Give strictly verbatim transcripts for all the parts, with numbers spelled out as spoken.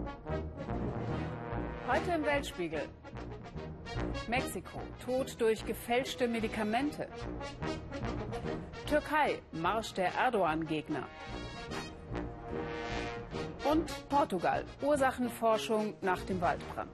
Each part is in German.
Heute im Weltspiegel. Mexiko, Tod durch gefälschte Medikamente. Türkei, Marsch der Erdogan-Gegner. Und Portugal, Ursachenforschung nach dem Waldbrand.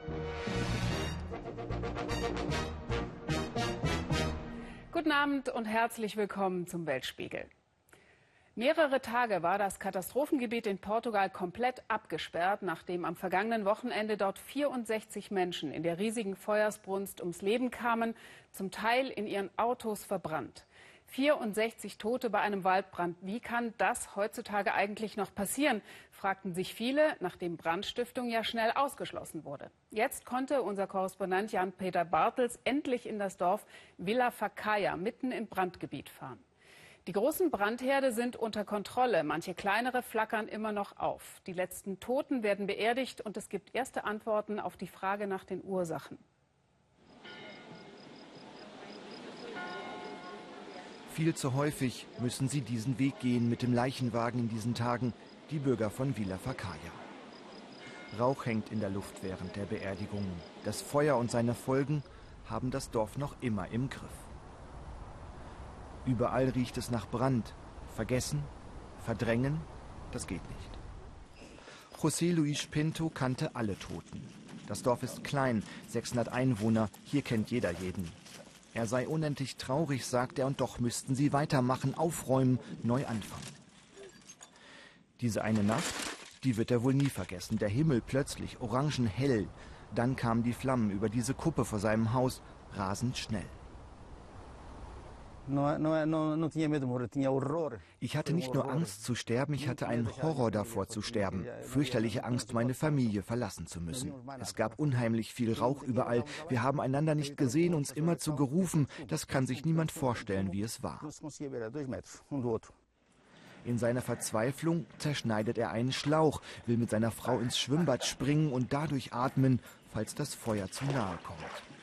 Guten Abend und herzlich willkommen zum Weltspiegel. Mehrere Tage war das Katastrophengebiet in Portugal komplett abgesperrt, nachdem am vergangenen Wochenende dort vierundsechzig Menschen in der riesigen Feuersbrunst ums Leben kamen, zum Teil in ihren Autos verbrannt. vierundsechzig Tote bei einem Waldbrand. Wie kann das heutzutage eigentlich noch passieren, fragten sich viele, nachdem Brandstiftung ja schnell ausgeschlossen wurde. Jetzt konnte unser Korrespondent Jan-Peter Bartels endlich in das Dorf Vila Facaia mitten im Brandgebiet fahren. Die großen Brandherde sind unter Kontrolle, manche kleinere flackern immer noch auf. Die letzten Toten werden beerdigt und es gibt erste Antworten auf die Frage nach den Ursachen. Viel zu häufig müssen sie diesen Weg gehen mit dem Leichenwagen in diesen Tagen, die Bürger von Vila Facaia. Rauch hängt in der Luft während der Beerdigungen. Das Feuer und seine Folgen haben das Dorf noch immer im Griff. Überall riecht es nach Brand. Vergessen, verdrängen, das geht nicht. José Luis Pinto kannte alle Toten. Das Dorf ist klein, sechshundert Einwohner, hier kennt jeder jeden. Er sei unendlich traurig, sagt er, und doch müssten sie weitermachen, aufräumen, neu anfangen. Diese eine Nacht, die wird er wohl nie vergessen. Der Himmel plötzlich orangenhell. Dann kamen die Flammen über diese Kuppe vor seinem Haus, rasend schnell. Ich hatte nicht nur Angst zu sterben, ich hatte einen Horror davor zu sterben. Fürchterliche Angst, meine Familie verlassen zu müssen. Es gab unheimlich viel Rauch überall. Wir haben einander nicht gesehen, uns immer zu gerufen. Das kann sich niemand vorstellen, wie es war. In seiner Verzweiflung zerschneidet er einen Schlauch, will mit seiner Frau ins Schwimmbad springen und dadurch atmen, falls das Feuer zu nahe kommt.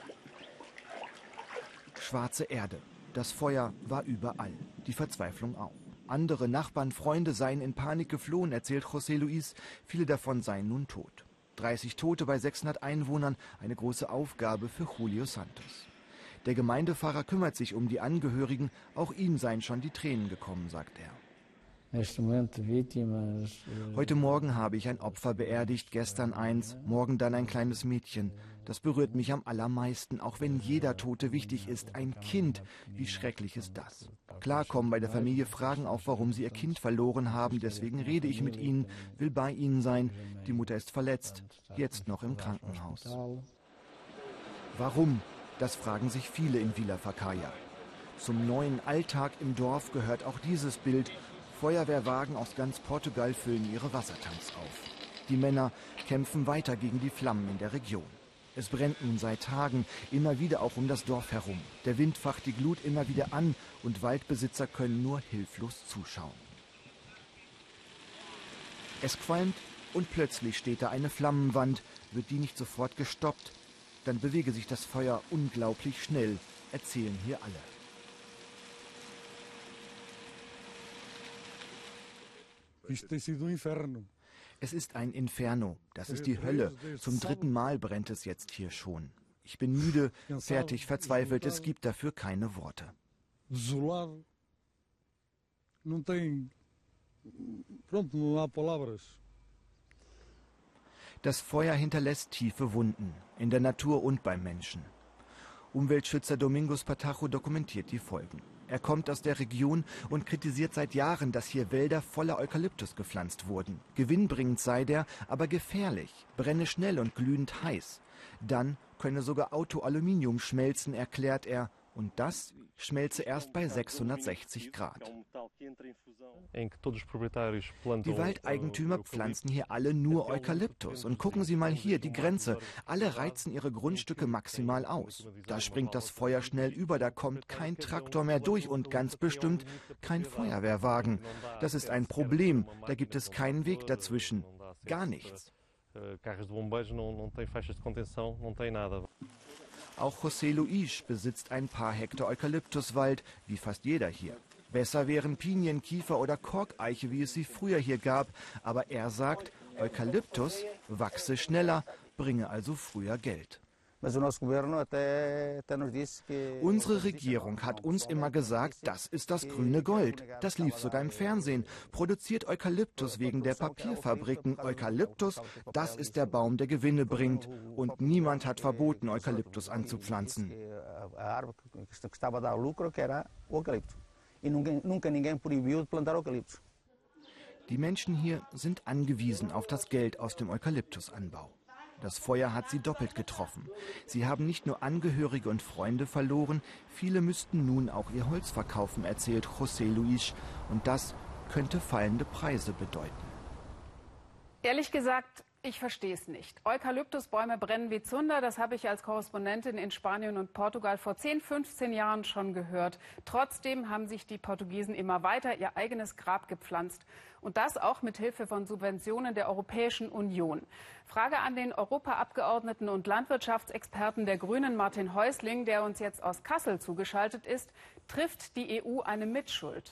Schwarze Erde. Das Feuer war überall, die Verzweiflung auch. Andere Nachbarn, Freunde seien in Panik geflohen, erzählt José Luis. Viele davon seien nun tot. dreißig Tote bei sechshundert Einwohnern, eine große Aufgabe für Julio Santos. Der Gemeindepfarrer kümmert sich um die Angehörigen, auch ihm seien schon die Tränen gekommen, sagt er. Heute Morgen habe ich ein Opfer beerdigt, gestern eins, morgen dann ein kleines Mädchen. Das berührt mich am allermeisten, auch wenn jeder Tote wichtig ist. Ein Kind, wie schrecklich ist das? Klar kommen bei der Familie Fragen auf, warum sie ihr Kind verloren haben. Deswegen rede ich mit ihnen, will bei ihnen sein. Die Mutter ist verletzt, jetzt noch im Krankenhaus. Warum? Das fragen sich viele in Vila Facaia. Zum neuen Alltag im Dorf gehört auch dieses Bild. Feuerwehrwagen aus ganz Portugal füllen ihre Wassertanks auf. Die Männer kämpfen weiter gegen die Flammen in der Region. Es brennt nun seit Tagen, immer wieder auch um das Dorf herum. Der Wind facht die Glut immer wieder an und Waldbesitzer können nur hilflos zuschauen. Es qualmt und plötzlich steht da eine Flammenwand. Wird die nicht sofort gestoppt, dann bewege sich das Feuer unglaublich schnell, erzählen hier alle. Es ist ein Inferno, das ist die Hölle. Zum dritten Mal brennt es jetzt hier schon. Ich bin müde, fertig, verzweifelt, es gibt dafür keine Worte. Das Feuer hinterlässt tiefe Wunden, in der Natur und beim Menschen. Umweltschützer Domingos Patajo dokumentiert die Folgen. Er kommt aus der Region und kritisiert seit Jahren, dass hier Wälder voller Eukalyptus gepflanzt wurden. Gewinnbringend sei der, aber gefährlich, brenne schnell und glühend heiß. Dann könne sogar Autoaluminium schmelzen, erklärt er. Und das schmelze erst bei sechshundertsechzig Grad. Die Waldeigentümer pflanzen hier alle nur Eukalyptus. Und gucken Sie mal hier, die Grenze. Alle reizen ihre Grundstücke maximal aus. Da springt das Feuer schnell über, da kommt kein Traktor mehr durch und ganz bestimmt kein Feuerwehrwagen. Das ist ein Problem, da gibt es keinen Weg dazwischen. Gar nichts. Auch José Luis besitzt ein paar Hektar Eukalyptuswald, wie fast jeder hier. Besser wären Pinien, Kiefer oder Korkeiche, wie es sie früher hier gab. Aber er sagt, Eukalyptus wachse schneller, bringe also früher Geld. Unsere Regierung hat uns immer gesagt, das ist das grüne Gold. Das lief sogar im Fernsehen. Produziert Eukalyptus wegen der Papierfabriken. Eukalyptus, das ist der Baum, der Gewinne bringt. Und niemand hat verboten, Eukalyptus anzupflanzen. Die Menschen hier sind angewiesen auf das Geld aus dem Eukalyptusanbau. Das Feuer hat sie doppelt getroffen. Sie haben nicht nur Angehörige und Freunde verloren, viele müssten nun auch ihr Holz verkaufen, erzählt José Luis. Und das könnte fallende Preise bedeuten. Ehrlich gesagt, ich verstehe es nicht. Eukalyptusbäume brennen wie Zunder, das habe ich als Korrespondentin in Spanien und Portugal vor zehn, fünfzehn Jahren schon gehört. Trotzdem haben sich die Portugiesen immer weiter ihr eigenes Grab gepflanzt. Und das auch mit Hilfe von Subventionen der Europäischen Union. Frage an den Europaabgeordneten und Landwirtschaftsexperten der Grünen Martin Häusling, der uns jetzt aus Kassel zugeschaltet ist. Trifft die E U eine Mitschuld?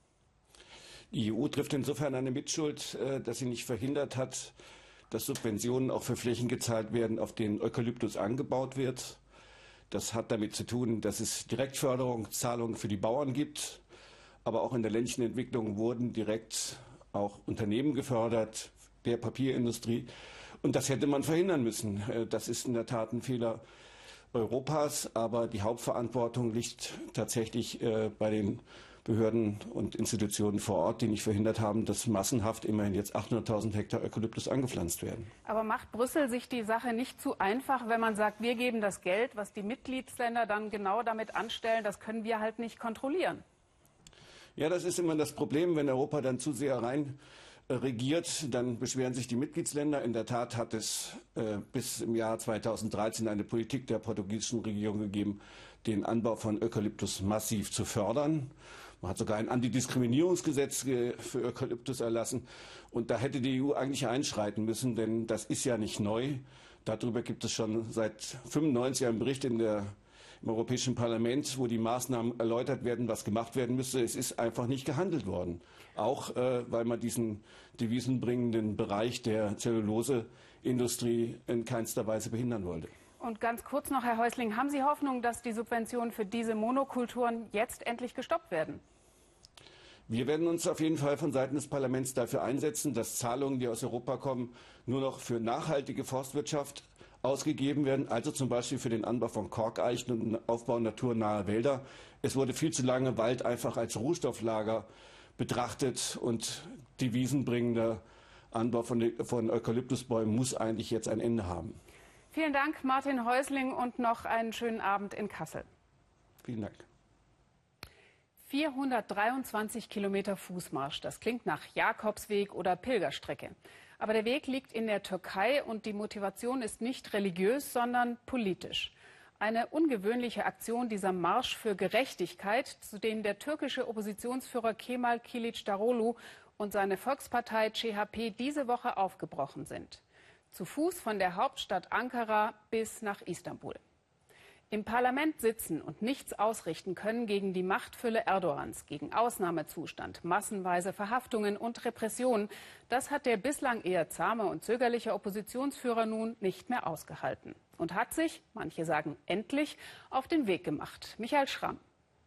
Die E U trifft insofern eine Mitschuld, dass sie nicht verhindert hat, dass Subventionen auch für Flächen gezahlt werden, auf denen Eukalyptus angebaut wird. Das hat damit zu tun, dass es Direktförderung, Zahlungen für die Bauern gibt. Aber auch in der ländlichen Entwicklung wurden direkt auch Unternehmen gefördert, der Papierindustrie. Und das hätte man verhindern müssen. Das ist in der Tat ein Fehler Europas. Aber die Hauptverantwortung liegt tatsächlich bei den Behörden und Institutionen vor Ort, die nicht verhindert haben, dass massenhaft immerhin jetzt achthunderttausend Hektar Eukalyptus angepflanzt werden. Aber macht Brüssel sich die Sache nicht zu einfach, wenn man sagt, wir geben das Geld, was die Mitgliedsländer dann genau damit anstellen, das können wir halt nicht kontrollieren? Ja, das ist immer das Problem, wenn Europa dann zu sehr rein äh, regiert, dann beschweren sich die Mitgliedsländer. In der Tat hat es äh, bis im Jahr zweitausenddreizehn eine Politik der portugiesischen Regierung gegeben, den Anbau von Eukalyptus massiv zu fördern. Man hat sogar ein Antidiskriminierungsgesetz für Eukalyptus erlassen. Und da hätte die E U eigentlich einschreiten müssen, denn das ist ja nicht neu. Darüber gibt es schon seit fünfundneunzig einen Bericht in der, im Europäischen Parlament, wo die Maßnahmen erläutert werden, was gemacht werden müsste. Es ist einfach nicht gehandelt worden. Auch äh, weil man diesen devisenbringenden Bereich der Zelluloseindustrie in keinster Weise behindern wollte. Und ganz kurz noch, Herr Häusling, haben Sie Hoffnung, dass die Subventionen für diese Monokulturen jetzt endlich gestoppt werden? Wir werden uns auf jeden Fall von Seiten des Parlaments dafür einsetzen, dass Zahlungen, die aus Europa kommen, nur noch für nachhaltige Forstwirtschaft ausgegeben werden, also zum Beispiel für den Anbau von Korkeichen und den Aufbau naturnaher Wälder. Es wurde viel zu lange Wald einfach als Rohstofflager betrachtet und devisenbringender Anbau von, von Eukalyptusbäumen muss eigentlich jetzt ein Ende haben. Vielen Dank, Martin Häusling, und noch einen schönen Abend in Kassel. Vielen Dank. vierhundertdreiundzwanzig Kilometer Fußmarsch, das klingt nach Jakobsweg oder Pilgerstrecke. Aber der Weg liegt in der Türkei und die Motivation ist nicht religiös, sondern politisch. Eine ungewöhnliche Aktion dieser Marsch für Gerechtigkeit, zu dem der türkische Oppositionsführer Kemal Kılıçdaroğlu und seine Volkspartei C H P diese Woche aufgebrochen sind. Zu Fuß von der Hauptstadt Ankara bis nach Istanbul. Im Parlament sitzen und nichts ausrichten können gegen die Machtfülle Erdogans, gegen Ausnahmezustand, massenweise Verhaftungen und Repressionen. Das hat der bislang eher zahme und zögerliche Oppositionsführer nun nicht mehr ausgehalten und hat sich, manche sagen endlich, auf den Weg gemacht. Michael Schramm.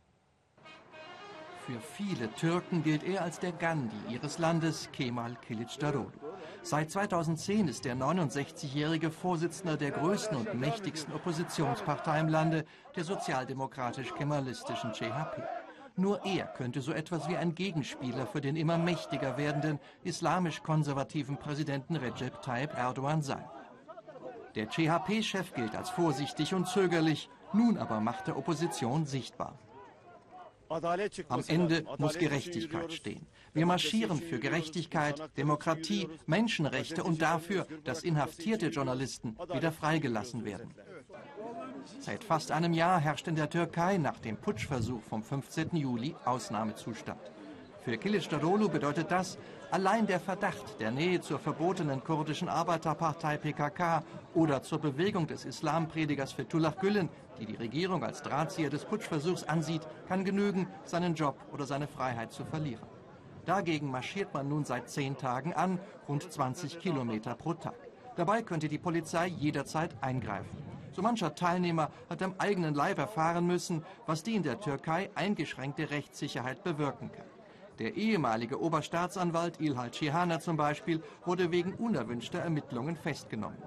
Für viele Türken gilt er als der Gandhi ihres Landes, Kemal Kılıçdaroğlu. Seit zweitausendzehn ist der neunundsechzigjährige Vorsitzender der größten und mächtigsten Oppositionspartei im Lande, der sozialdemokratisch-kemalistischen C H P. Nur er könnte so etwas wie ein Gegenspieler für den immer mächtiger werdenden islamisch-konservativen Präsidenten Recep Tayyip Erdogan sein. Der C H P-Chef gilt als vorsichtig und zögerlich, nun aber macht er Opposition sichtbar. Am Ende muss Gerechtigkeit stehen. Wir marschieren für Gerechtigkeit, Demokratie, Menschenrechte und dafür, dass inhaftierte Journalisten wieder freigelassen werden. Seit fast einem Jahr herrscht in der Türkei nach dem Putschversuch vom fünfzehnten Juli Ausnahmezustand. Für Kılıçdaroğlu bedeutet das, allein der Verdacht der Nähe zur verbotenen kurdischen Arbeiterpartei P K K oder zur Bewegung des Islampredigers Fethullah Gülen, die die Regierung als Drahtzieher des Putschversuchs ansieht, kann genügen, seinen Job oder seine Freiheit zu verlieren. Dagegen marschiert man nun seit zehn Tagen an, rund zwanzig Kilometer pro Tag. Dabei könnte die Polizei jederzeit eingreifen. So mancher Teilnehmer hat am eigenen Leib erfahren müssen, was die in der Türkei eingeschränkte Rechtssicherheit bewirken kann. Der ehemalige Oberstaatsanwalt İlhal Cihana zum Beispiel wurde wegen unerwünschter Ermittlungen festgenommen.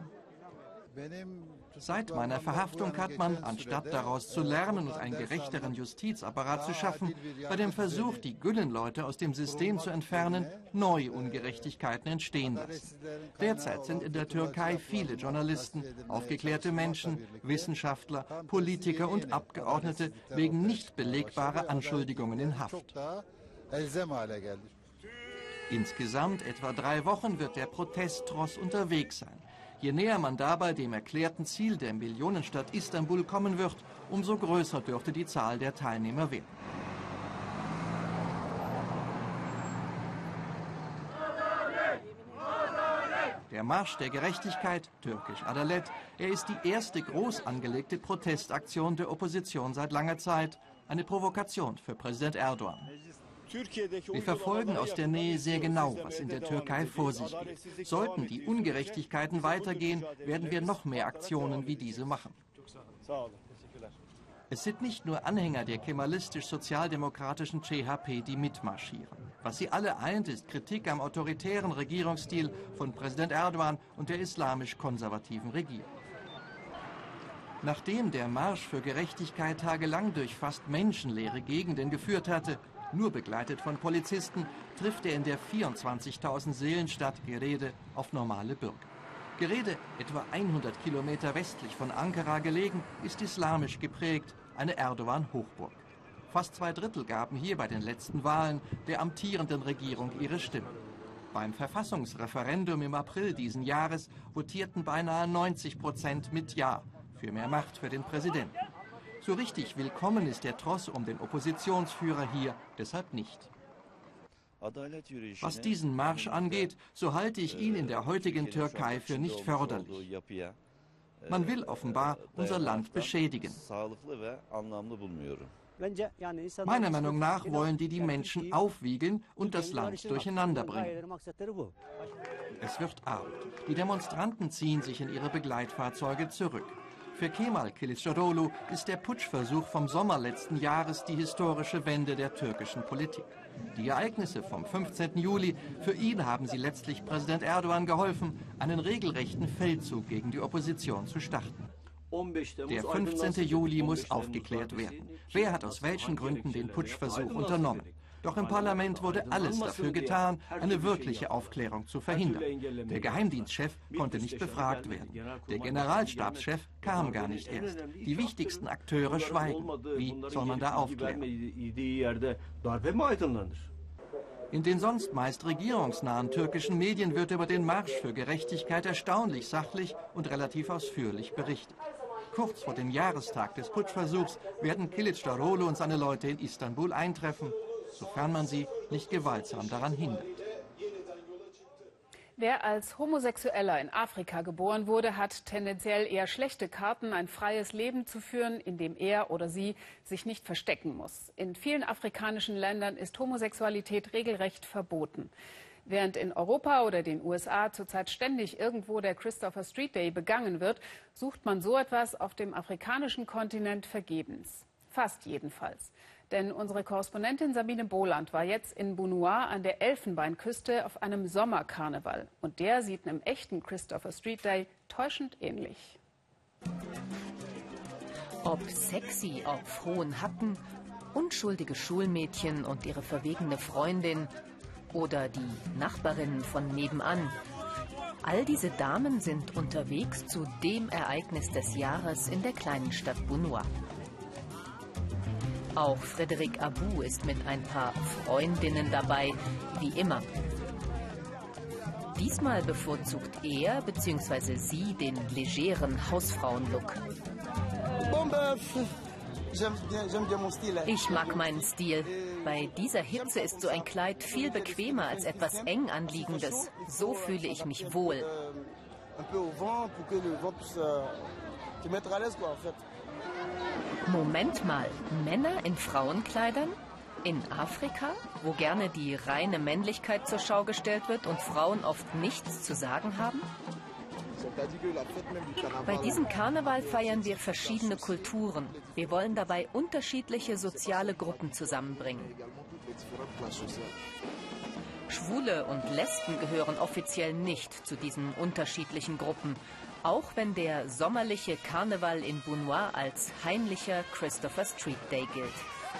Seit meiner Verhaftung hat man, anstatt daraus zu lernen und einen gerechteren Justizapparat zu schaffen, bei dem Versuch, die Güllenleute aus dem System zu entfernen, neue Ungerechtigkeiten entstehen lassen. Derzeit sind in der Türkei viele Journalisten, aufgeklärte Menschen, Wissenschaftler, Politiker und Abgeordnete wegen nicht belegbarer Anschuldigungen in Haft. Insgesamt etwa drei Wochen wird der Protesttross unterwegs sein. Je näher man dabei dem erklärten Ziel der Millionenstadt Istanbul kommen wird, umso größer dürfte die Zahl der Teilnehmer werden. Der Marsch der Gerechtigkeit, türkisch Adalet, er ist die erste groß angelegte Protestaktion der Opposition seit langer Zeit. Eine Provokation für Präsident Erdogan. Wir verfolgen aus der Nähe sehr genau, was in der Türkei vor sich geht. Sollten die Ungerechtigkeiten weitergehen, werden wir noch mehr Aktionen wie diese machen. Es sind nicht nur Anhänger der kemalistisch-sozialdemokratischen C H P, die mitmarschieren. Was sie alle eint, ist Kritik am autoritären Regierungsstil von Präsident Erdogan und der islamisch-konservativen Regierung. Nachdem der Marsch für Gerechtigkeit tagelang durch fast menschenleere Gegenden geführt hatte, nur begleitet von Polizisten, trifft er in der vierundzwanzigtausend Seelenstadt Gerede auf normale Bürger. Gerede, etwa hundert Kilometer westlich von Ankara gelegen, ist islamisch geprägt, eine Erdogan-Hochburg. Fast zwei Drittel gaben hier bei den letzten Wahlen der amtierenden Regierung ihre Stimme. Beim Verfassungsreferendum im April diesen Jahres votierten beinahe neunzig Prozent mit Ja für mehr Macht für den Präsidenten. So richtig willkommen ist der Tross um den Oppositionsführer hier deshalb nicht. Was diesen Marsch angeht, so halte ich ihn in der heutigen Türkei für nicht förderlich. Man will offenbar unser Land beschädigen. Meiner Meinung nach wollen die die Menschen aufwiegeln und das Land durcheinander bringen. Es wird Abend. Die Demonstranten ziehen sich in ihre Begleitfahrzeuge zurück. Für Kemal Kılıçdaroğlu ist der Putschversuch vom Sommer letzten Jahres die historische Wende der türkischen Politik. Die Ereignisse vom fünfzehnten Juli, für ihn haben sie letztlich Präsident Erdogan geholfen, einen regelrechten Feldzug gegen die Opposition zu starten. Der fünfzehnte Juli muss aufgeklärt werden. Wer hat aus welchen Gründen den Putschversuch unternommen? Doch im Parlament wurde alles dafür getan, eine wirkliche Aufklärung zu verhindern. Der Geheimdienstchef konnte nicht befragt werden. Der Generalstabschef kam gar nicht erst. Die wichtigsten Akteure schweigen. Wie soll man da aufklären? In den sonst meist regierungsnahen türkischen Medien wird über den Marsch für Gerechtigkeit erstaunlich sachlich und relativ ausführlich berichtet. Kurz vor dem Jahrestag des Putschversuchs werden Kılıçdaroğlu und seine Leute in Istanbul eintreffen, sofern man sie nicht gewaltsam daran hindert. Wer als Homosexueller in Afrika geboren wurde, hat tendenziell eher schlechte Karten, ein freies Leben zu führen, in dem er oder sie sich nicht verstecken muss. In vielen afrikanischen Ländern ist Homosexualität regelrecht verboten. Während in Europa oder den U S A zurzeit ständig irgendwo der Christopher Street Day begangen wird, sucht man so etwas auf dem afrikanischen Kontinent vergebens. Fast jedenfalls. Denn unsere Korrespondentin Sabine Boland war jetzt in Bunua an der Elfenbeinküste auf einem Sommerkarneval. Und der sieht einem echten Christopher Street Day täuschend ähnlich. Ob sexy auf hohen Hacken, unschuldige Schulmädchen und ihre verwegene Freundin oder die Nachbarinnen von nebenan. All diese Damen sind unterwegs zu dem Ereignis des Jahres in der kleinen Stadt Bunua. Auch Frederik Abu ist mit ein paar Freundinnen dabei, wie immer. Diesmal bevorzugt er bzw. sie den legeren Hausfrauen-Look. Ich mag meinen Stil. Bei dieser Hitze ist so ein Kleid viel bequemer als etwas eng anliegendes. So fühle ich mich wohl. Moment mal, Männer in Frauenkleidern? In Afrika, wo gerne die reine Männlichkeit zur Schau gestellt wird und Frauen oft nichts zu sagen haben? Bei diesem Karneval feiern wir verschiedene Kulturen. Wir wollen dabei unterschiedliche soziale Gruppen zusammenbringen. Schwule und Lesben gehören offiziell nicht zu diesen unterschiedlichen Gruppen, auch wenn der sommerliche Karneval in Bunois als heimlicher Christopher Street Day gilt.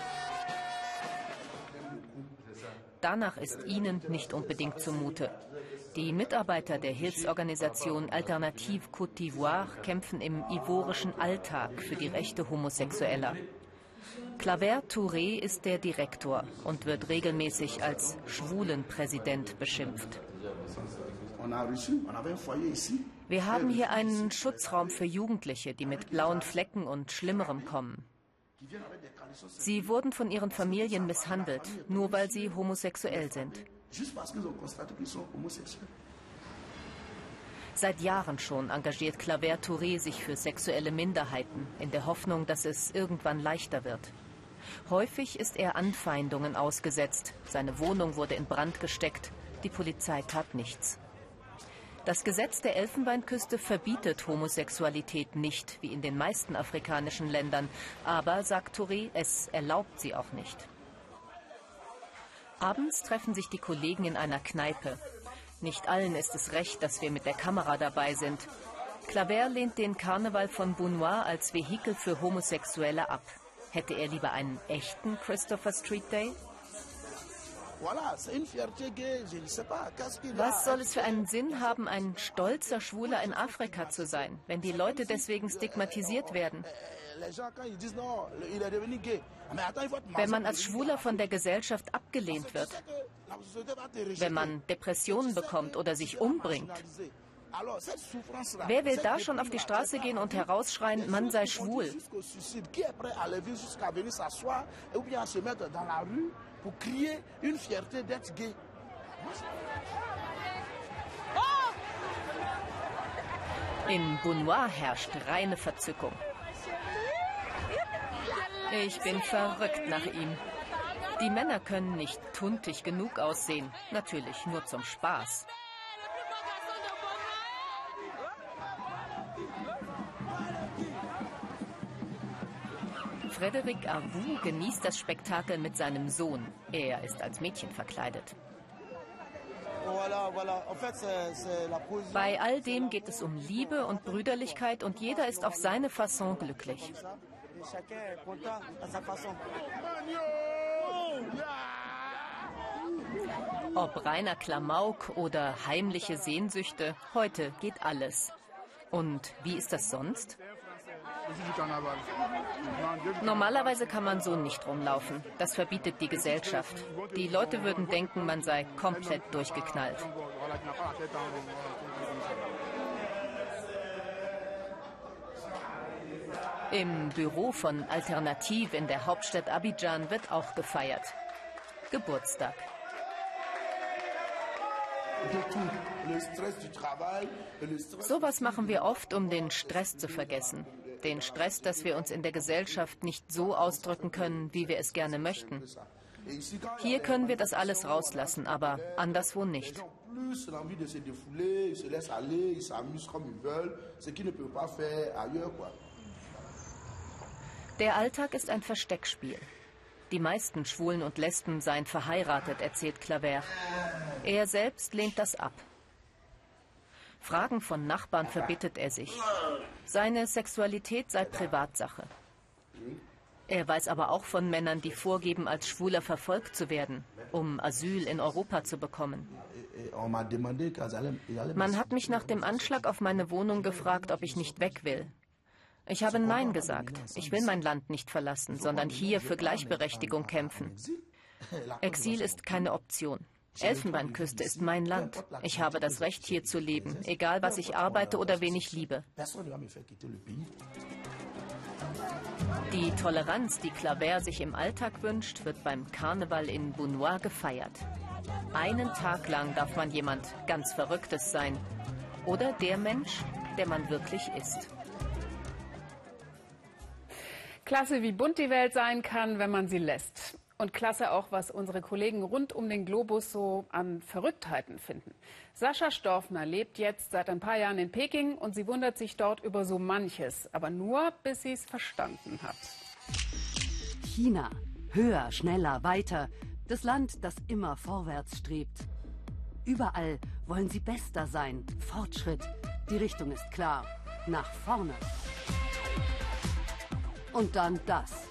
Danach ist ihnen nicht unbedingt zumute. Die Mitarbeiter der Hilfsorganisation Alternative Côte d'Ivoire kämpfen im ivorischen Alltag für die Rechte Homosexueller. Claver Touré ist der Direktor und wird regelmäßig als Schwulenpräsident beschimpft. Wir haben hier einen Schutzraum für Jugendliche, die mit blauen Flecken und Schlimmerem kommen. Sie wurden von ihren Familien misshandelt, nur weil sie homosexuell sind. Seit Jahren schon engagiert Claver Touré sich für sexuelle Minderheiten, in der Hoffnung, dass es irgendwann leichter wird. Häufig ist er Anfeindungen ausgesetzt. Seine Wohnung wurde in Brand gesteckt. Die Polizei tat nichts. Das Gesetz der Elfenbeinküste verbietet Homosexualität nicht, wie in den meisten afrikanischen Ländern. Aber, sagt Touré, es erlaubt sie auch nicht. Abends treffen sich die Kollegen in einer Kneipe. Nicht allen ist es recht, dass wir mit der Kamera dabei sind. Claver lehnt den Karneval von Bunois als Vehikel für Homosexuelle ab. Hätte er lieber einen echten Christopher Street Day? Was soll es für einen Sinn haben, ein stolzer Schwuler in Afrika zu sein, wenn die Leute deswegen stigmatisiert werden? Wenn man als Schwuler von der Gesellschaft abgelehnt wird, wenn man Depressionen bekommt oder sich umbringt, wer will da schon auf die Straße gehen und herausschreien, man sei schwul? In Bunois herrscht reine Verzückung. Ich bin verrückt nach ihm. Die Männer können nicht tuntig genug aussehen, natürlich nur zum Spaß. Frédéric Arvou genießt das Spektakel mit seinem Sohn. Er ist als Mädchen verkleidet. Bei all dem geht es um Liebe und Brüderlichkeit und jeder ist auf seine Fasson glücklich. Ob reiner Klamauk oder heimliche Sehnsüchte, heute geht alles. Und wie ist das sonst? Normalerweise kann man so nicht rumlaufen. Das verbietet die Gesellschaft. Die Leute würden denken, man sei komplett durchgeknallt. Im Büro von Alternative in der Hauptstadt Abidjan wird auch gefeiert. Geburtstag. Sowas machen wir oft, um den Stress zu vergessen. Den Stress, dass wir uns in der Gesellschaft nicht so ausdrücken können, wie wir es gerne möchten. Hier können wir das alles rauslassen, aber anderswo nicht. Der Alltag ist ein Versteckspiel. Die meisten Schwulen und Lesben seien verheiratet, erzählt Claver. Er selbst lehnt das ab. Fragen von Nachbarn verbittet er sich. Seine Sexualität sei Privatsache. Er weiß aber auch von Männern, die vorgeben, als Schwuler verfolgt zu werden, um Asyl in Europa zu bekommen. Man hat mich nach dem Anschlag auf meine Wohnung gefragt, ob ich nicht weg will. Ich habe Nein gesagt. Ich will mein Land nicht verlassen, sondern hier für Gleichberechtigung kämpfen. Exil ist keine Option. Elfenbeinküste ist mein Land. Ich habe das Recht, hier zu leben, egal was ich arbeite oder wen ich liebe. Die Toleranz, die Claver sich im Alltag wünscht, wird beim Karneval in Bunois gefeiert. Einen Tag lang darf man jemand ganz Verrücktes sein. Oder der Mensch, der man wirklich ist. Klasse, wie bunt die Welt sein kann, wenn man sie lässt. Und klasse auch, was unsere Kollegen rund um den Globus so an Verrücktheiten finden. Sascha Storfner lebt jetzt seit ein paar Jahren in Peking und sie wundert sich dort über so manches, aber nur, bis sie es verstanden hat. China. Höher, schneller, weiter. Das Land, das immer vorwärts strebt. Überall wollen sie Bester sein. Fortschritt. Die Richtung ist klar. Nach vorne. Und dann das.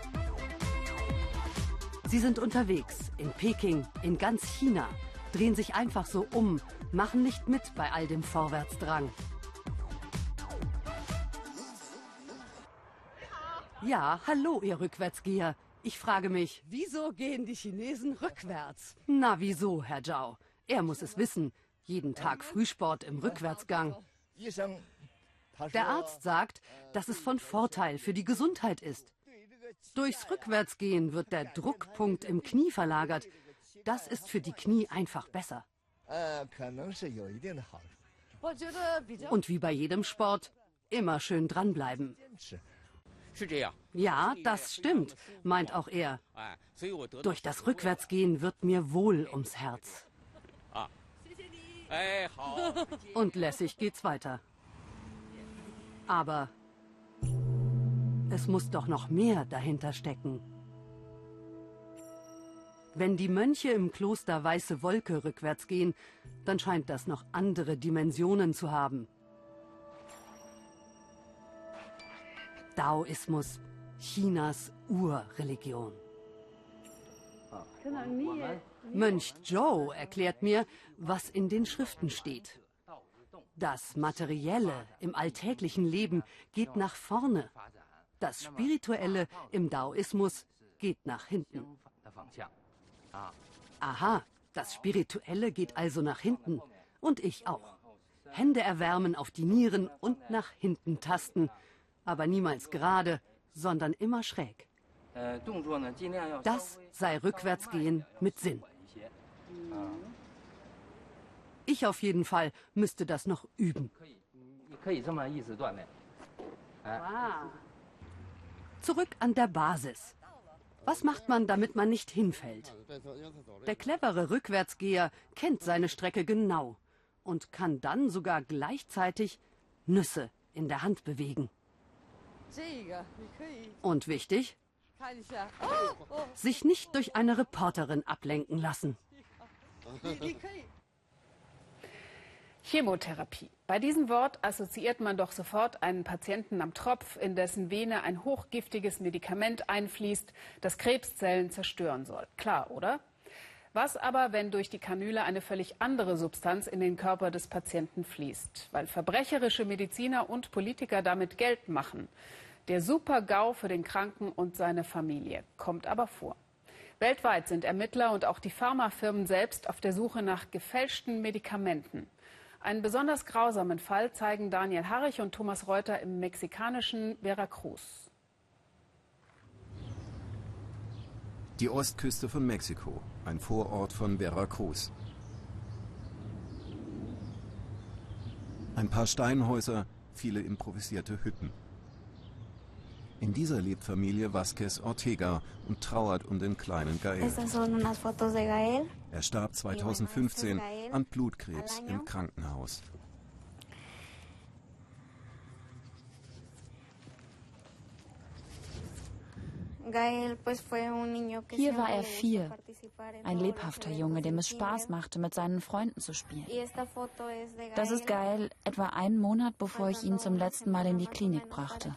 Sie sind unterwegs, in Peking, in ganz China, drehen sich einfach so um, machen nicht mit bei all dem Vorwärtsdrang. Ja, hallo, ihr Rückwärtsgeher. Ich frage mich, wieso gehen die Chinesen rückwärts? Na, wieso, Herr Zhao? Er muss es wissen. Jeden Tag Frühsport im Rückwärtsgang. Der Arzt sagt, dass es von Vorteil für die Gesundheit ist. Durchs Rückwärtsgehen wird der Druckpunkt im Knie verlagert. Das ist für die Knie einfach besser. Und wie bei jedem Sport, immer schön dranbleiben. Ja, das stimmt, meint auch er. Durch das Rückwärtsgehen wird mir wohl ums Herz. Und lässig geht's weiter. Aber es muss doch noch mehr dahinter stecken. Wenn die Mönche im Kloster Weiße Wolke rückwärts gehen, dann scheint das noch andere Dimensionen zu haben. Daoismus, Chinas Urreligion. Mönch Zhou erklärt mir, was in den Schriften steht. Das Materielle im alltäglichen Leben geht nach vorne. Das Spirituelle im Daoismus geht nach hinten. Aha, das Spirituelle geht also nach hinten. Und ich auch. Hände erwärmen auf die Nieren und nach hinten tasten. Aber niemals gerade, sondern immer schräg. Das sei Rückwärtsgehen mit Sinn. Ich auf jeden Fall müsste das noch üben. Zurück an der Basis. Was macht man, damit man nicht hinfällt? Der clevere Rückwärtsgeher kennt seine Strecke genau und kann dann sogar gleichzeitig Nüsse in der Hand bewegen. Und wichtig, sich nicht durch eine Reporterin ablenken lassen. Chemotherapie. Bei diesem Wort assoziiert man doch sofort einen Patienten am Tropf, in dessen Vene ein hochgiftiges Medikament einfließt, das Krebszellen zerstören soll. Klar, oder? Was aber, wenn durch die Kanüle eine völlig andere Substanz in den Körper des Patienten fließt? Weil verbrecherische Mediziner und Politiker damit Geld machen. Der Super-GAU für den Kranken und seine Familie kommt aber vor. Weltweit sind Ermittler und auch die Pharmafirmen selbst auf der Suche nach gefälschten Medikamenten. Einen besonders grausamen Fall zeigen Daniel Harrich und Thomas Reuter im mexikanischen Veracruz. Die Ostküste von Mexiko, ein Vorort von Veracruz. Ein paar Steinhäuser, viele improvisierte Hütten. In dieser lebt Familie Vasquez Ortega und trauert um den kleinen Gael. Er starb zweitausendfünfzehn an Blutkrebs im Krankenhaus. Hier war er vier, ein lebhafter Junge, dem es Spaß machte, mit seinen Freunden zu spielen. Das ist Gael, etwa einen Monat, bevor ich ihn zum letzten Mal in die Klinik brachte.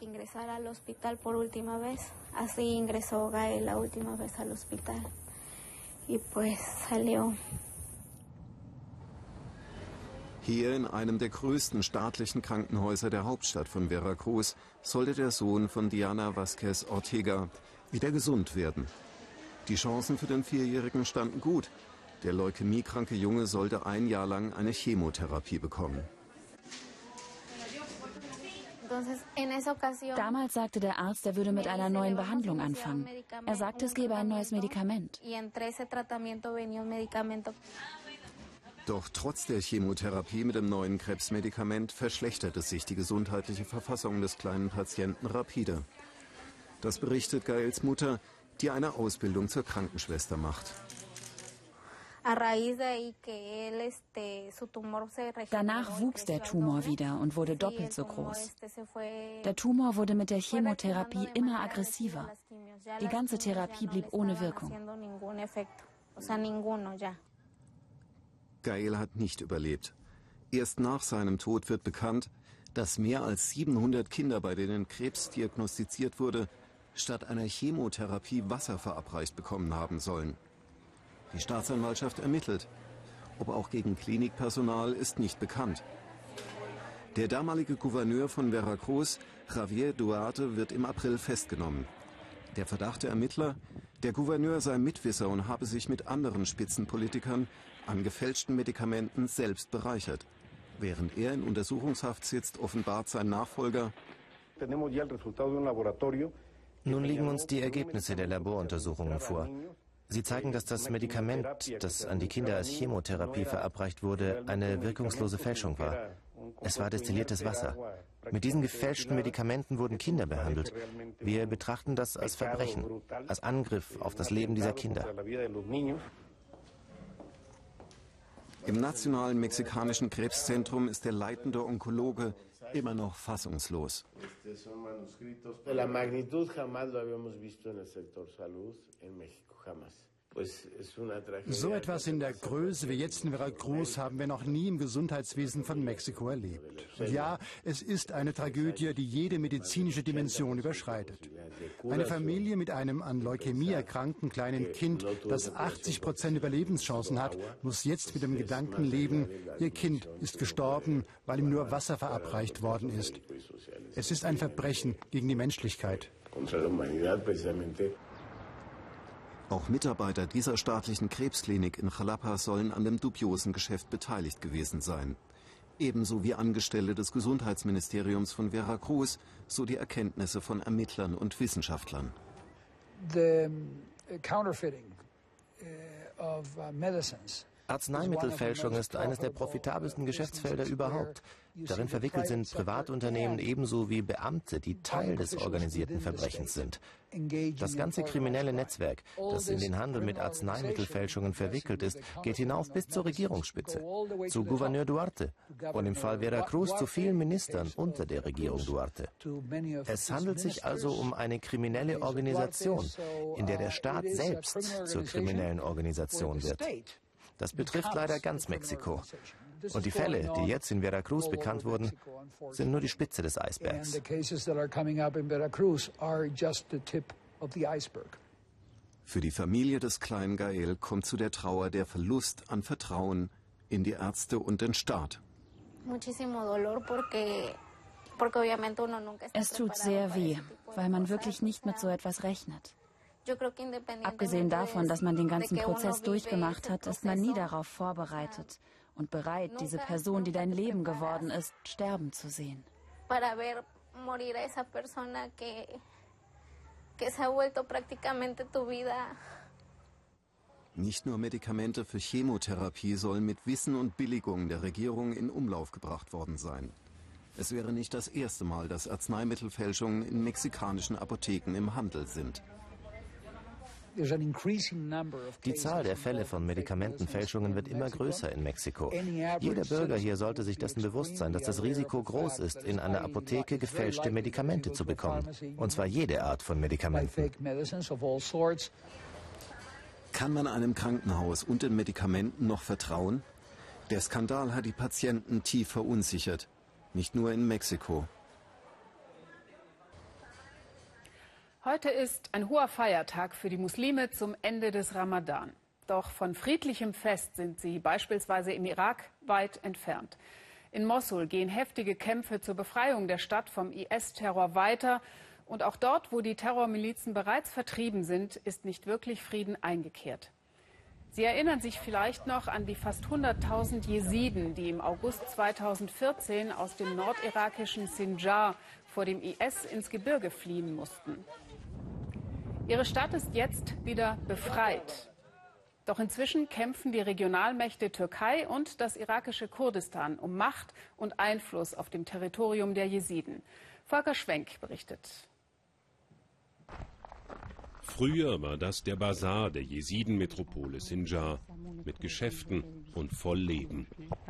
Hier in einem der größten staatlichen Krankenhäuser der Hauptstadt von Veracruz sollte der Sohn von Diana Vasquez Ortega wieder gesund werden. Die Chancen für den Vierjährigen standen gut. Der leukämiekranke Junge sollte ein Jahr lang eine Chemotherapie bekommen. Damals sagte der Arzt, er würde mit einer neuen Behandlung anfangen. Er sagte, es gebe ein neues Medikament. Doch trotz der Chemotherapie mit dem neuen Krebsmedikament verschlechterte sich die gesundheitliche Verfassung des kleinen Patienten rapide. Das berichtet Gaels Mutter. die eine Ausbildung zur Krankenschwester macht. Danach wuchs der Tumor wieder und wurde doppelt so groß. Der Tumor wurde mit der Chemotherapie immer aggressiver. Die ganze Therapie blieb ohne Wirkung. Gael hat nicht überlebt. Erst nach seinem Tod wird bekannt, dass mehr als siebenhundert Kinder, bei denen Krebs diagnostiziert wurde, statt einer Chemotherapie Wasser verabreicht bekommen haben sollen. Die Staatsanwaltschaft ermittelt. Ob auch gegen Klinikpersonal, ist nicht bekannt. Der damalige Gouverneur von Veracruz, Javier Duarte, wird im April festgenommen. Der Verdacht der Ermittler: Der Gouverneur sei Mitwisser und habe sich mit anderen Spitzenpolitikern an gefälschten Medikamenten selbst bereichert. Während er in Untersuchungshaft sitzt, offenbart sein Nachfolger: Nun liegen uns die Ergebnisse der Laboruntersuchungen vor. Sie zeigen, dass das Medikament, das an die Kinder als Chemotherapie verabreicht wurde, eine wirkungslose Fälschung war. Es war destilliertes Wasser. Mit diesen gefälschten Medikamenten wurden Kinder behandelt. Wir betrachten das als Verbrechen, als Angriff auf das Leben dieser Kinder. Im Nationalen Mexikanischen Krebszentrum ist der leitende Onkologe immer noch fassungslos. So etwas in der Größe wie jetzt in Veracruz haben wir noch nie im Gesundheitswesen von Mexiko erlebt. Und ja, es ist eine Tragödie, die jede medizinische Dimension überschreitet. Eine Familie mit einem an Leukämie erkrankten kleinen Kind, das achtzig Prozent Überlebenschancen hat, muss jetzt mit dem Gedanken leben, ihr Kind ist gestorben, weil ihm nur Wasser verabreicht worden ist. Es ist ein Verbrechen gegen die Menschlichkeit. Auch Mitarbeiter dieser staatlichen Krebsklinik in Jalapa sollen an dem dubiosen Geschäft beteiligt gewesen sein. Ebenso wie Angestellte des Gesundheitsministeriums von Veracruz, so die Erkenntnisse von Ermittlern und Wissenschaftlern. The counterfeiting of medicines. Arzneimittelfälschung ist eines der profitabelsten Geschäftsfelder überhaupt. Darin verwickelt sind Privatunternehmen ebenso wie Beamte, die Teil des organisierten Verbrechens sind. Das ganze kriminelle Netzwerk, das in den Handel mit Arzneimittelfälschungen verwickelt ist, geht hinauf bis zur Regierungsspitze, zu Gouverneur Duarte und im Fall Veracruz zu vielen Ministern unter der Regierung Duarte. Es handelt sich also um eine kriminelle Organisation, in der der Staat selbst zur kriminellen Organisation wird. Das betrifft leider ganz Mexiko. Und die Fälle, die jetzt in Veracruz bekannt wurden, sind nur die Spitze des Eisbergs. Für die Familie des kleinen Gael kommt zu der Trauer der Verlust an Vertrauen in die Ärzte und den Staat. Es tut sehr weh, weil man wirklich nicht mit so etwas rechnet. Abgesehen davon, dass man den ganzen Prozess durchgemacht hat, ist man nie darauf vorbereitet und bereit, diese Person, die dein Leben geworden ist, sterben zu sehen. Nicht nur Medikamente für Chemotherapie sollen mit Wissen und Billigung der Regierung in Umlauf gebracht worden sein. Es wäre nicht das erste Mal, dass Arzneimittelfälschungen in mexikanischen Apotheken im Handel sind. Die Zahl der Fälle von Medikamentenfälschungen wird immer größer in Mexiko. Jeder Bürger hier sollte sich dessen bewusst sein, dass das Risiko groß ist, in einer Apotheke gefälschte Medikamente zu bekommen. Und zwar jede Art von Medikamenten. Kann man einem Krankenhaus und den Medikamenten noch vertrauen? Der Skandal hat die Patienten tief verunsichert. Nicht nur in Mexiko. Heute ist ein hoher Feiertag für die Muslime zum Ende des Ramadan. Doch von friedlichem Fest sind sie beispielsweise im Irak weit entfernt. In Mossul gehen heftige Kämpfe zur Befreiung der Stadt vom I S-Terror weiter. Und auch dort, wo die Terrormilizen bereits vertrieben sind, ist nicht wirklich Frieden eingekehrt. Sie erinnern sich vielleicht noch an die fast hunderttausend Jesiden, die im August zweitausendvierzehn aus dem nordirakischen Sinjar vor dem I S ins Gebirge fliehen mussten. Ihre Stadt ist jetzt wieder befreit. Doch inzwischen kämpfen die Regionalmächte Türkei und das irakische Kurdistan um Macht und Einfluss auf dem Territorium der Jesiden. Volker Schwenk berichtet. Früher war das der Basar der Jesiden-Metropole Sinjar mit Geschäften und voll Leben.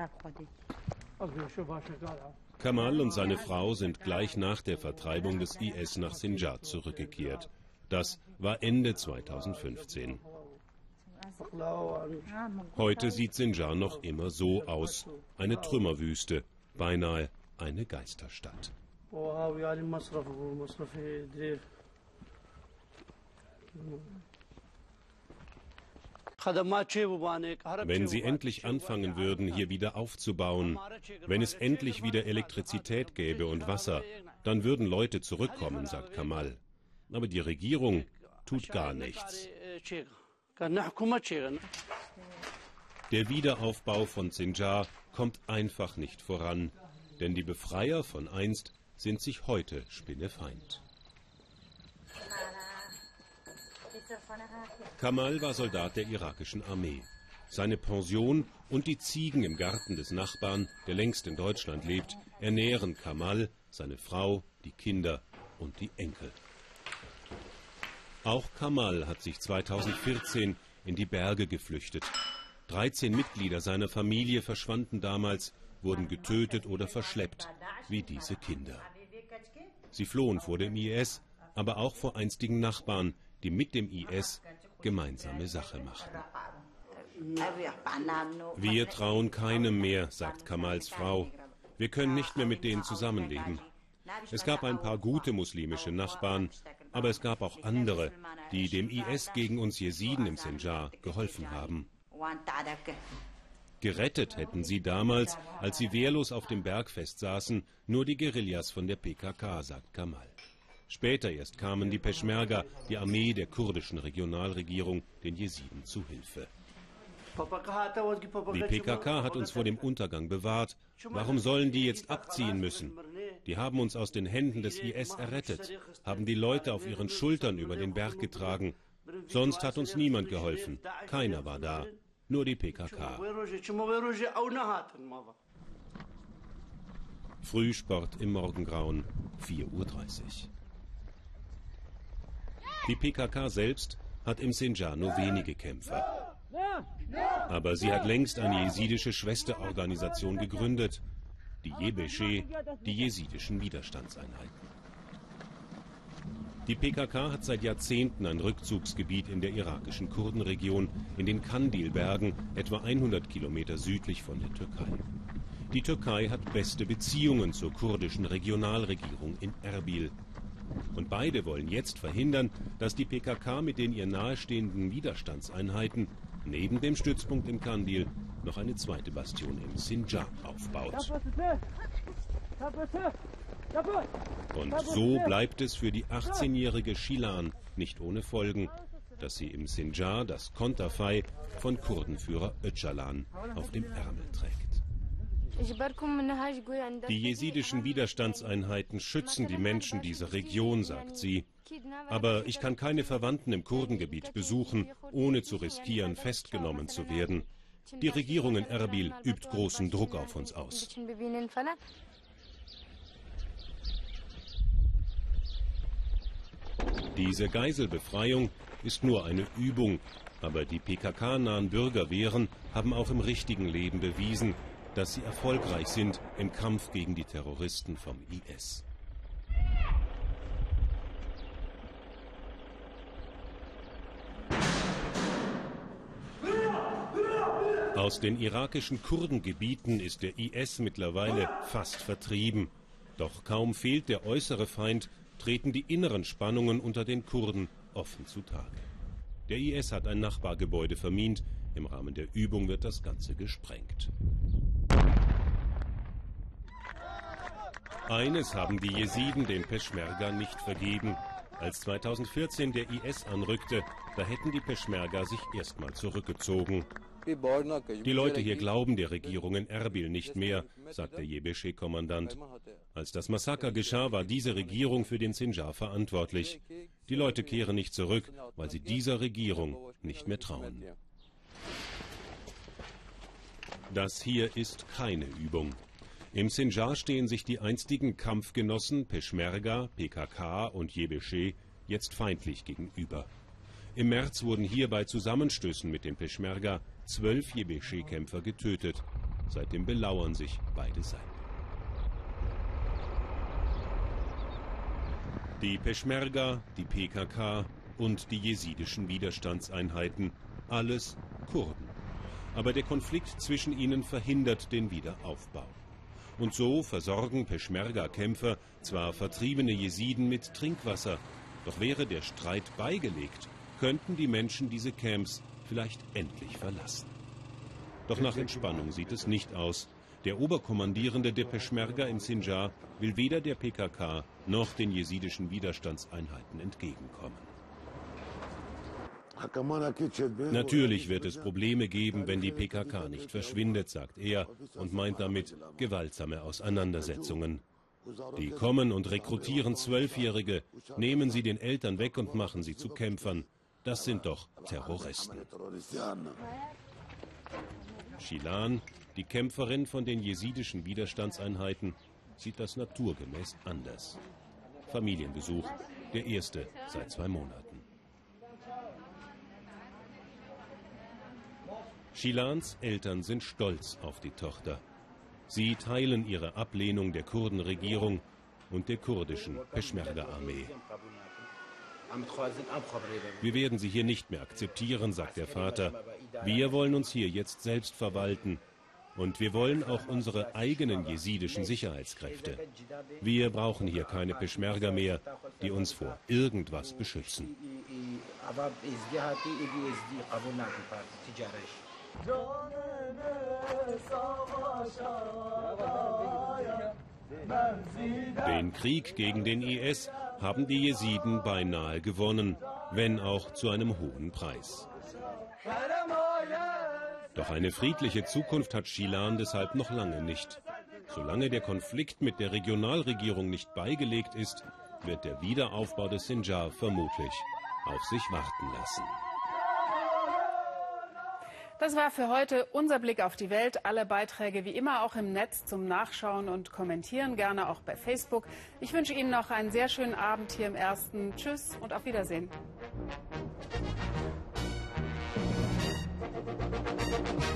Kamal und seine Frau sind gleich nach der Vertreibung des I S nach Sinjar zurückgekehrt. Das war Ende zweitausendfünfzehn. Heute sieht Sinjar noch immer so aus. Eine Trümmerwüste, beinahe eine Geisterstadt. Wenn sie endlich anfangen würden, hier wieder aufzubauen, wenn es endlich wieder Elektrizität gäbe und Wasser, dann würden Leute zurückkommen, sagt Kamal. Aber die Regierung tut gar nichts. Der Wiederaufbau von Sinjar kommt einfach nicht voran, denn die Befreier von einst sind sich heute spinnefeind. Kamal war Soldat der irakischen Armee. Seine Pension und die Ziegen im Garten des Nachbarn, der längst in Deutschland lebt, ernähren Kamal, seine Frau, die Kinder und die Enkel. Auch Kamal hat sich zweitausendvierzehn in die Berge geflüchtet. dreizehn Mitglieder seiner Familie verschwanden damals, wurden getötet oder verschleppt, wie diese Kinder. Sie flohen vor dem I S, aber auch vor einstigen Nachbarn, die mit dem I S gemeinsame Sache machten. Wir trauen keinem mehr, sagt Kamals Frau. Wir können nicht mehr mit denen zusammenleben. Es gab ein paar gute muslimische Nachbarn, aber es gab auch andere, die dem I S gegen uns Jesiden im Sinjar geholfen haben. Gerettet hätten sie damals, als sie wehrlos auf dem Berg festsaßen, nur die Guerillas von der P K K, sagt Kamal. Später erst kamen die Peschmerga, die Armee der kurdischen Regionalregierung, den Jesiden zu Hilfe. Die P K K hat uns vor dem Untergang bewahrt. Warum sollen die jetzt abziehen müssen? Die haben uns aus den Händen des I S errettet, haben die Leute auf ihren Schultern über den Berg getragen. Sonst hat uns niemand geholfen. Keiner war da. Nur die P K K. Frühsport im Morgengrauen, vier Uhr dreißig. Die P K K selbst hat im Sinjar nur wenige Kämpfer. Aber sie hat längst eine jesidische Schwesterorganisation gegründet, die Yebeshe, die jesidischen Widerstandseinheiten. Die P K K hat seit Jahrzehnten ein Rückzugsgebiet in der irakischen Kurdenregion, in den Kandilbergen, etwa hundert Kilometer südlich von der Türkei. Die Türkei hat beste Beziehungen zur kurdischen Regionalregierung in Erbil. Und beide wollen jetzt verhindern, dass die P K K mit den ihr nahestehenden Widerstandseinheiten neben dem Stützpunkt im Kandil noch eine zweite Bastion im Sinjar aufbaut. Und so bleibt es für die achtzehnjährige Shilan nicht ohne Folgen, dass sie im Sinjar das Konterfei von Kurdenführer Öcalan auf dem Ärmel trägt. Die jesidischen Widerstandseinheiten schützen die Menschen dieser Region, sagt sie. Aber ich kann keine Verwandten im Kurdengebiet besuchen, ohne zu riskieren, festgenommen zu werden. Die Regierung in Erbil übt großen Druck auf uns aus. Diese Geiselbefreiung ist nur eine Übung, aber die P K K-nahen Bürgerwehren haben auch im richtigen Leben bewiesen, dass sie erfolgreich sind im Kampf gegen die Terroristen vom I S. Aus den irakischen Kurdengebieten ist der I S mittlerweile fast vertrieben. Doch kaum fehlt der äußere Feind, treten die inneren Spannungen unter den Kurden offen zutage. Der I S hat ein Nachbargebäude vermint. Im Rahmen der Übung wird das Ganze gesprengt. Eines haben die Jesiden den Peschmerga nicht vergeben. Als zweitausendvierzehn der I S anrückte, da hätten die Peschmerga sich erstmal zurückgezogen. Die Leute hier glauben der Regierung in Erbil nicht mehr, sagt der Yebeshe-Kommandant. Als das Massaker geschah, war diese Regierung für den Sinjar verantwortlich. Die Leute kehren nicht zurück, weil sie dieser Regierung nicht mehr trauen. Das hier ist keine Übung. Im Sinjar stehen sich die einstigen Kampfgenossen Peschmerga, P K K und Yebeshe jetzt feindlich gegenüber. Im März wurden hier bei Zusammenstößen mit den Peschmerga zwölf Yebesche-Kämpfer getötet. Seitdem belauern sich beide Seiten. Die Peschmerga, die P K K und die jesidischen Widerstandseinheiten, alles Kurden. Aber der Konflikt zwischen ihnen verhindert den Wiederaufbau. Und so versorgen Peschmerga-Kämpfer zwar vertriebene Jesiden mit Trinkwasser, doch wäre der Streit beigelegt, könnten die Menschen diese Camps vielleicht endlich verlassen. Doch nach Entspannung sieht es nicht aus. Der Oberkommandierende der Peschmerga im Sinjar will weder der P K K noch den jesidischen Widerstandseinheiten entgegenkommen. Natürlich wird es Probleme geben, wenn die P K K nicht verschwindet, sagt er und meint damit gewaltsame Auseinandersetzungen. Die kommen und rekrutieren Zwölfjährige, nehmen sie den Eltern weg und machen sie zu Kämpfern. Das sind doch Terroristen. Shilan, die Kämpferin von den jesidischen Widerstandseinheiten, sieht das naturgemäß anders. Familienbesuch, der erste seit zwei Monaten. Shilans Eltern sind stolz auf die Tochter. Sie teilen ihre Ablehnung der Kurdenregierung und der kurdischen Peschmerga-Armee. Wir werden sie hier nicht mehr akzeptieren, sagt der Vater. Wir wollen uns hier jetzt selbst verwalten. Und wir wollen auch unsere eigenen jesidischen Sicherheitskräfte. Wir brauchen hier keine Peschmerga mehr, die uns vor irgendwas beschützen. Den Krieg gegen den I S haben die Jesiden beinahe gewonnen, wenn auch zu einem hohen Preis. Doch eine friedliche Zukunft hat Shilan deshalb noch lange nicht. Solange der Konflikt mit der Regionalregierung nicht beigelegt ist, wird der Wiederaufbau des Sinjar vermutlich auf sich warten lassen. Das war für heute unser Blick auf die Welt. Alle Beiträge wie immer auch im Netz zum Nachschauen und Kommentieren, gerne auch bei Facebook. Ich wünsche Ihnen noch einen sehr schönen Abend hier im Ersten. Tschüss und auf Wiedersehen.